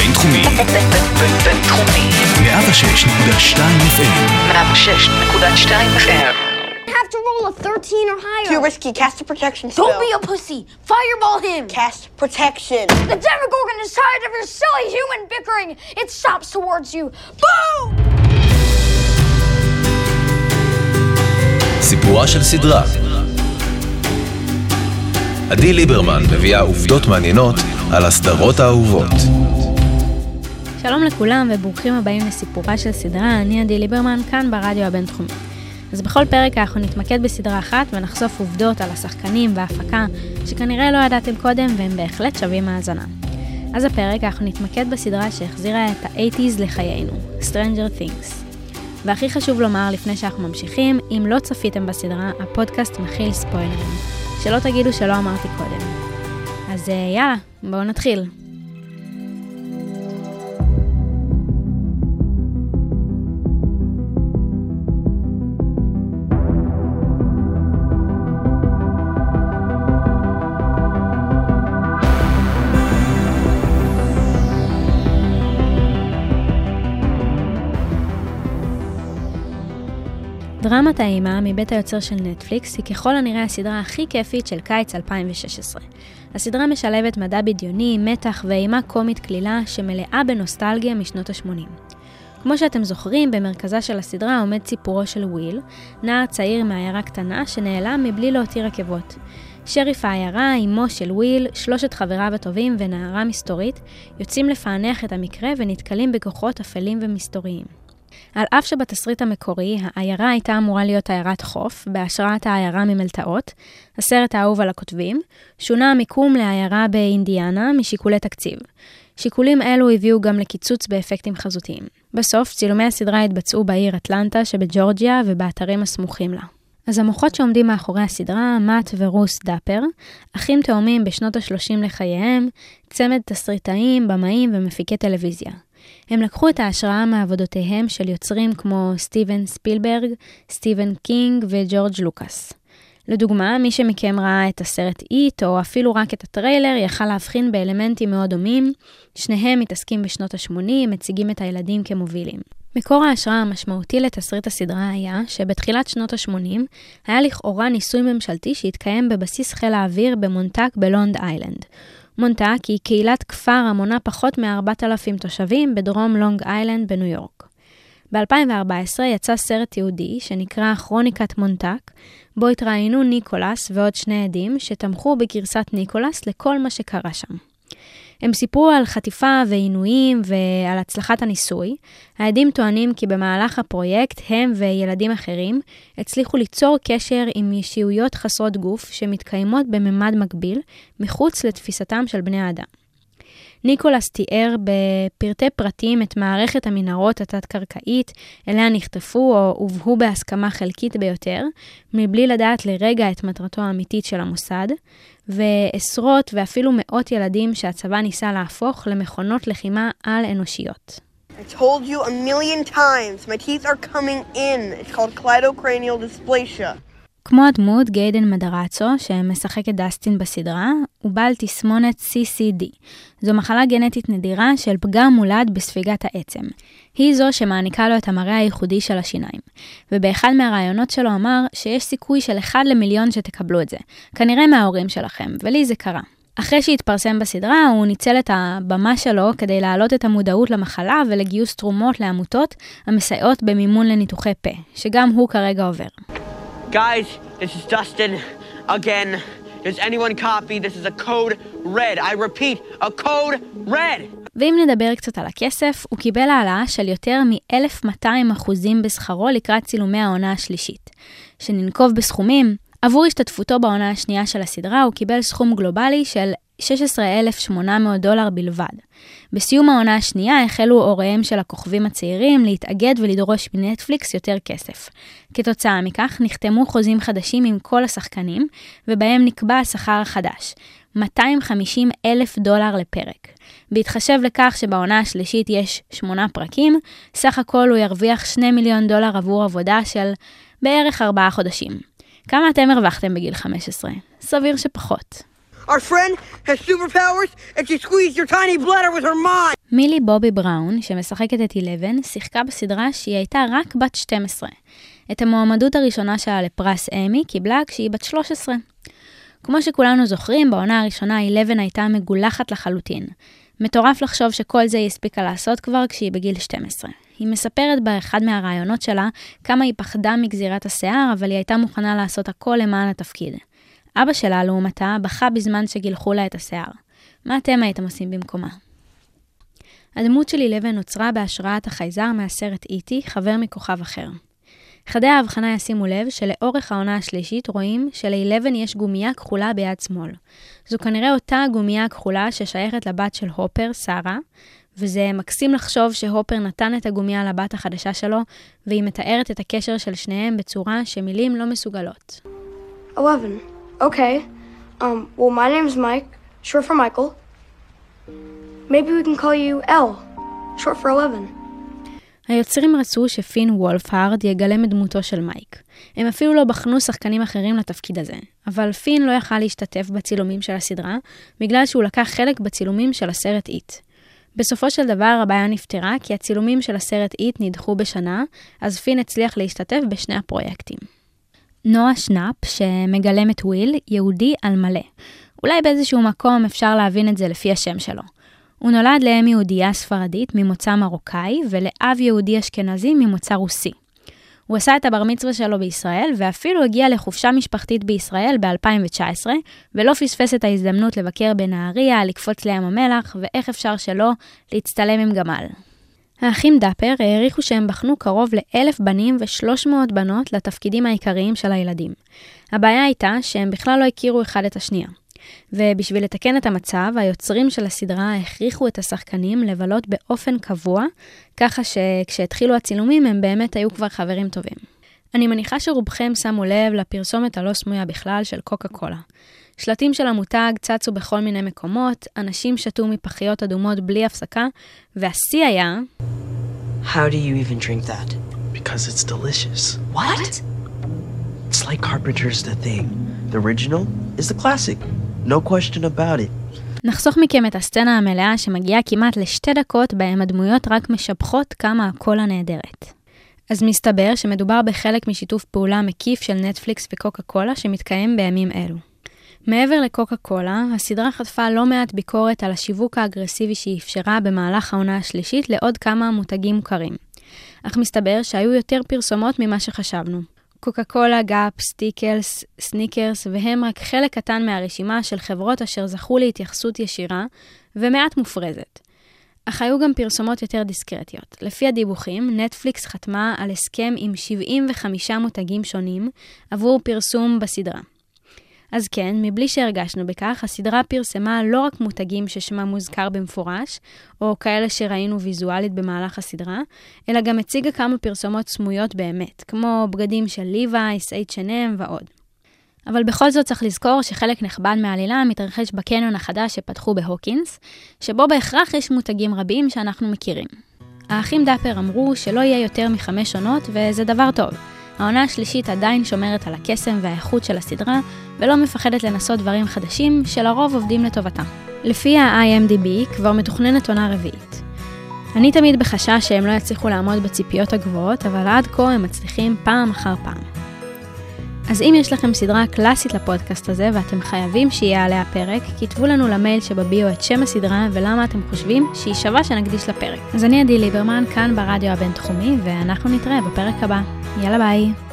בינתחומי. בינתחומי. 106.2 FM. 106.2 FM. Have to roll a 13 or higher. Too risky. Cast a protection spell. Don't be a pussy. Fireball him. Cast protection. The Demogorgon is tired of your silly human bickering. It stops towards you. Boom! סיפורה של סדרה. עדי ליברמן מביאה עובדות מעניינות על הסדרות האהובות. שלום לכולם וברוכים הבאים לסיפורה של סדרה. אני עדי ליברמן כאן ברדיו הבינתחומי. אז בכל פרק אנחנו נתמקד בסדרה אחת ונחשוף עובדות על השחקנים וההפקה שכנראה לא ידעתם קודם והם בהחלט שווים מאזנה. אז הפרק אנחנו נתמקד בסדרה שהחזירה את ה-80s לחיינו, Stranger Things. והכי חשוב לומר לפני שאנחנו ממשיכים, אם לא צפיתם בסדרה, הפודקאסט מכיל ספוילרים. שלא תגידו שלא אמרתי קודם. אז יאללה, בואו נתחיל. דרמת האימה מבית היוצר של נטפליקס היא ככל הנראה הסדרה הכי כיפית של קיץ 2016. הסדרה משלבת מדע בדיוני, מתח ואימה קומית כלילה שמלאה בנוסטלגיה משנות ה-80. כמו שאתם זוכרים, במרכזה של הסדרה עומד סיפורו של וויל, נער צעיר מעיירה קטנה שנעלם מבלי להותיר עקבות. שריף העיירה, אמו של וויל, שלושת חבריו הטובים ונערה מסתורית יוצאים לפענח את המקרה ונתקלים בכוחות אפלים ומסתוריים. על אף שבתסריט המקורי, העיירה הייתה אמורה להיות עיירת חוף, בהשראת העיירה ממלטעות, הסרט האהוב על הכותבים, שונה המיקום לעיירה באינדיאנה משיקולי תקציב. שיקולים אלו הביאו גם לקיצוץ באפקטים חזותיים. בסוף, צילומי הסדרה התבצעו בעיר אטלנטה שבג'ורג'יה ובאתרים הסמוכים לה. אז המוחות שעומדים מאחורי הסדרה, מאט ורוס דאפר, אחים תאומים בשנות ה-30 לחייהם, צמד תסריטאים, במאים ומפיקי טלוויזיה. הם לקחו את ההשראה מעבודותיהם של יוצרים כמו סטיבן ספילברג, סטיבן קינג וג'ורג' לוקאס. לדוגמה, מי שמכם ראה את הסרט איט או אפילו רק את הטריילר יכל להבחין באלמנטים מאוד דומים, שניהם מתעסקים בשנות ה-80, מציגים את הילדים כמובילים. מקור ההשראה המשמעותי לתסריט הסדרה היה שבתחילת שנות ה-80 היה לכאורה ניסוי ממשלתי שהתקיים בבסיס חיל האוויר במונטאק בלונג איילנד. מונטאק היא קהילת כפר המונה פחות מ-4,000 תושבים בדרום לונג איילנד בניו יורק. ב-2014 יצא סרט יהודי שנקרא כרוניקת מונטאק, בו התראיינו ניקולס ועוד שני עדים שתמכו בגרסת ניקולס לכל מה שקרה שם. הם סיפרו על חטיפה ועינויים ועל הצלחת הניסוי. העדים טוענים כי במהלך הפרויקט הם וילדים אחרים הצליחו ליצור קשר עם ישויות חסרות גוף שמתקיימות בממד מקביל מחוץ לתפיסתם של בני האדם. ניקולס תיאר בפרטי פרטים את מערכת המנהרות התת-קרקעית אליה נחטפו או הובהו בהסכמה חלקית ביותר, מבלי לדעת לרגע את מטרתו האמיתית של המוסד, ועשרות ואפילו מאות ילדים שהצבא ניסה להפוך למכונות לחימה על אנושיות. I told you a million times. My teeth are coming in. It's called cleidocranial dysplasia. כמו הדמות גיידן מדרצו, שמשחק את דסטין בסדרה, הוא בעל תסמונת CCD. זו מחלה גנטית נדירה של פגם מולד בספיגת העצם. היא זו שמעניקה לו את המראה הייחודי של השיניים. ובאחד מהרעיונות שלו אמר שיש סיכוי של 1 למיליון שתקבלו את זה. כנראה מההורים שלכם, ולי זה קרה. אחרי שהתפרסם בסדרה, הוא ניצל את הבמה שלו כדי להעלות את המודעות למחלה ולגיוס תרומות לעמותות המסייעות במימון לניתוחי פה, שגם הוא כרגע עובר. Guys, this is Dustin again. Does anyone copy? This is a code red. I repeat, a code red. ואם נדבר קצת על הכסף, הוא קיבל העלאה של יותר מ-1,200% בשכרו לקראת צילומי העונה השלישית. שננקוב בסכומים, עבור השתתפותו בעונה השנייה של הסדרה, הוא קיבל סכום גלובלי של $16,800 בלבד. בסיום העונה השנייה החלו הוריהם של הכוכבים הצעירים להתאגד ולדרוש מנטפליקס יותר כסף. כתוצאה מכך נחתמו חוזים חדשים עם כל השחקנים, ובהם נקבע השכר החדש, $250,000 לפרק. בהתחשב לכך שבעונה השלישית יש 8 פרקים, סך הכל הוא ירוויח $2 מיליון עבור עבודה של בערך 4 חודשים. כמה אתם הרווחתם בגיל 15? סביר שפחות. Our friend has superpowers and she squeezed your tiny bladder with her mind. מילי בובי בראון, שמשחקת את 11, שיחקה בסדרה שהיא הייתה רק בת 12. את המועמדות הראשונה שלה לפרס אמי קיבלה כשהיא בת 13. כמו שכולנו זוכרים, בעונה הראשונה 11 הייתה מגולחת לחלוטין. מטורף לחשוב שכל זה היא הספיקה לעשות כבר כשהיא בגיל 12. היא מספרת באחד מהרעיונות שלה כמה היא פחדה מגזירת השיער, אבל היא הייתה מוכנה לעשות הכל למען התפקיד. אבא שלה, לעומתה, בכה בזמן שגילחו לה את השיער. מה אתם הייתם עושים במקומה? הדמות של 11 נוצרה בהשראת החייזר מהסרט E.T., חבר מכוכב אחר. חדי ההבחנה ישימו לב שלאורך העונה השלישית רואים של-11 יש גומייה כחולה ביד שמאל. זו כנראה אותה גומייה כחולה ששייכת לבת של הופר, שרה, וזה מקסים לחשוב שהופר נתן את הגומייה לבת החדשה שלו, והיא מתארת את הקשר של שניהם בצורה שמילים לא מסוגלות. 11. Okay. Well, my name's Mike, short for Michael. Maybe we can call you L, short for 11. היוצרים רצו שפין וולפהארד יגלם את דמותו של מייק. הם אפילו לא בחנו שחקנים אחרים לתפקיד הזה, אבל פין לא יכל להשתתף בצילומים של הסדרה, בגלל שהוא לקח חלק בצילומים של הסרט איט. בסופו של דבר הבעיה נפתרה, כי הצילומים של הסרט איט נדחו בשנה, אז פין הצליח להשתתף בשני הפרויקטים. נועה שנאפ, שמגלם את וויל, יהודי על מלא. אולי באיזשהו מקום אפשר להבין את זה לפי השם שלו. הוא נולד לאם יהודייה ספרדית ממוצא מרוקאי, ולאב יהודי אשכנזי ממוצא רוסי. הוא עשה את הבר מצווה שלו בישראל, ואפילו הגיע לחופשה משפחתית בישראל ב-2019, ולא פספס את ההזדמנות לבקר בנהריה, לקפוץ לים המלח, ואיך אפשר שלא להצטלם עם גמל. האחים דאפר העריכו שהם בחנו קרוב ל1,000 בנים ו300 בנות לתפקידים העיקריים של הילדים. הבעיה הייתה שהם בכלל לא הכירו אחד את השנייה. ובשביל לתקן את המצב, היוצרים של הסדרה הכריחו את השחקנים לבלות באופן קבוע, ככה שכשהתחילו הצילומים הם באמת היו כבר חברים טובים. אני מניחה שרובכם שמו לב לפרסומת הלא סמויה בכלל של קוקה קולה. שלטים של המותג צצו בכל מיני מקומות, אנשים שתו מפחיות אדומות בלי הפסקה, והשיא היה... How do you even drink that? Because it's delicious. What? It's like Carpenter's The Thing. The original is the classic. No question about it. נחסוך מכם את הסצנה המלאה שמגיעה כמעט ל2 דקות בהם הדמויות רק משבחות כמה הקולה נהדרת. אז מסתבר שמדובר בחלק משיתוף פעולה מקיף של נטפליקס וקוקה קולה שמתקיים בימים אלו. מעבר לקוקה קולה, הסדרה חטפה לא מעט ביקורת על השיווק האגרסיבי שהיא אפשרה במהלך העונה השלישית לעוד כמה מותגים מוכרים. אך מסתבר שהיו יותר פרסומות ממה שחשבנו. קוקה קולה, גאפ, סטיקלס, סניקרס, והם רק חלק קטן מהרשימה של חברות אשר זכו להתייחסות ישירה ומעט מופרזת. אך היו גם פרסומות יותר דיסקרטיות. לפי הדיווחים, נטפליקס חתמה על הסכם עם 75 מותגים שונים עבור פרסום בסדרה. אז כן, מבלי שהרגשנו בכך, הסדרה פרסמה לא רק מותגים ששמה מוזכר במפורש, או כאלה שראינו ויזואלית במהלך הסדרה, אלא גם הציגה כמה פרסומות סמויות באמת, כמו בגדים של ליווייס, H&M ועוד. אבל בכל זאת צריך לזכור שחלק נכבד מהעלילה מתרחש בקניון החדש שפתחו בהוקינס, שבו בהכרח יש מותגים רבים שאנחנו מכירים. האחים דאפר אמרו שלא יהיה יותר מ5 עונות, וזה דבר טוב. העונה השלישית עדיין שומרת על הקסם והאיכות של הסדרה, ולא מפחדת לנסות דברים חדשים שלרוב עובדים לטובתה. לפי ה-IMDb כבר מתוכננת עונה רביעית. אני תמיד בחשש שהם לא יצליחו לעמוד בציפיות הגבוהות, אבל עד כה הם מצליחים פעם אחר פעם. אז אם יש לכם סדרה קלאסית לפודקאסט הזה ואתם חייבים שיהיה עליה פרק, כתבו לנו למייל שבביו את שם הסדרה ולמה אתם חושבים שהיא שווה שנקדיש לפרק. אז אני עדי ליברמן כאן ברדיו הבינתחומי, ואנחנו נתראה בפרק הבא. יאללה ביי.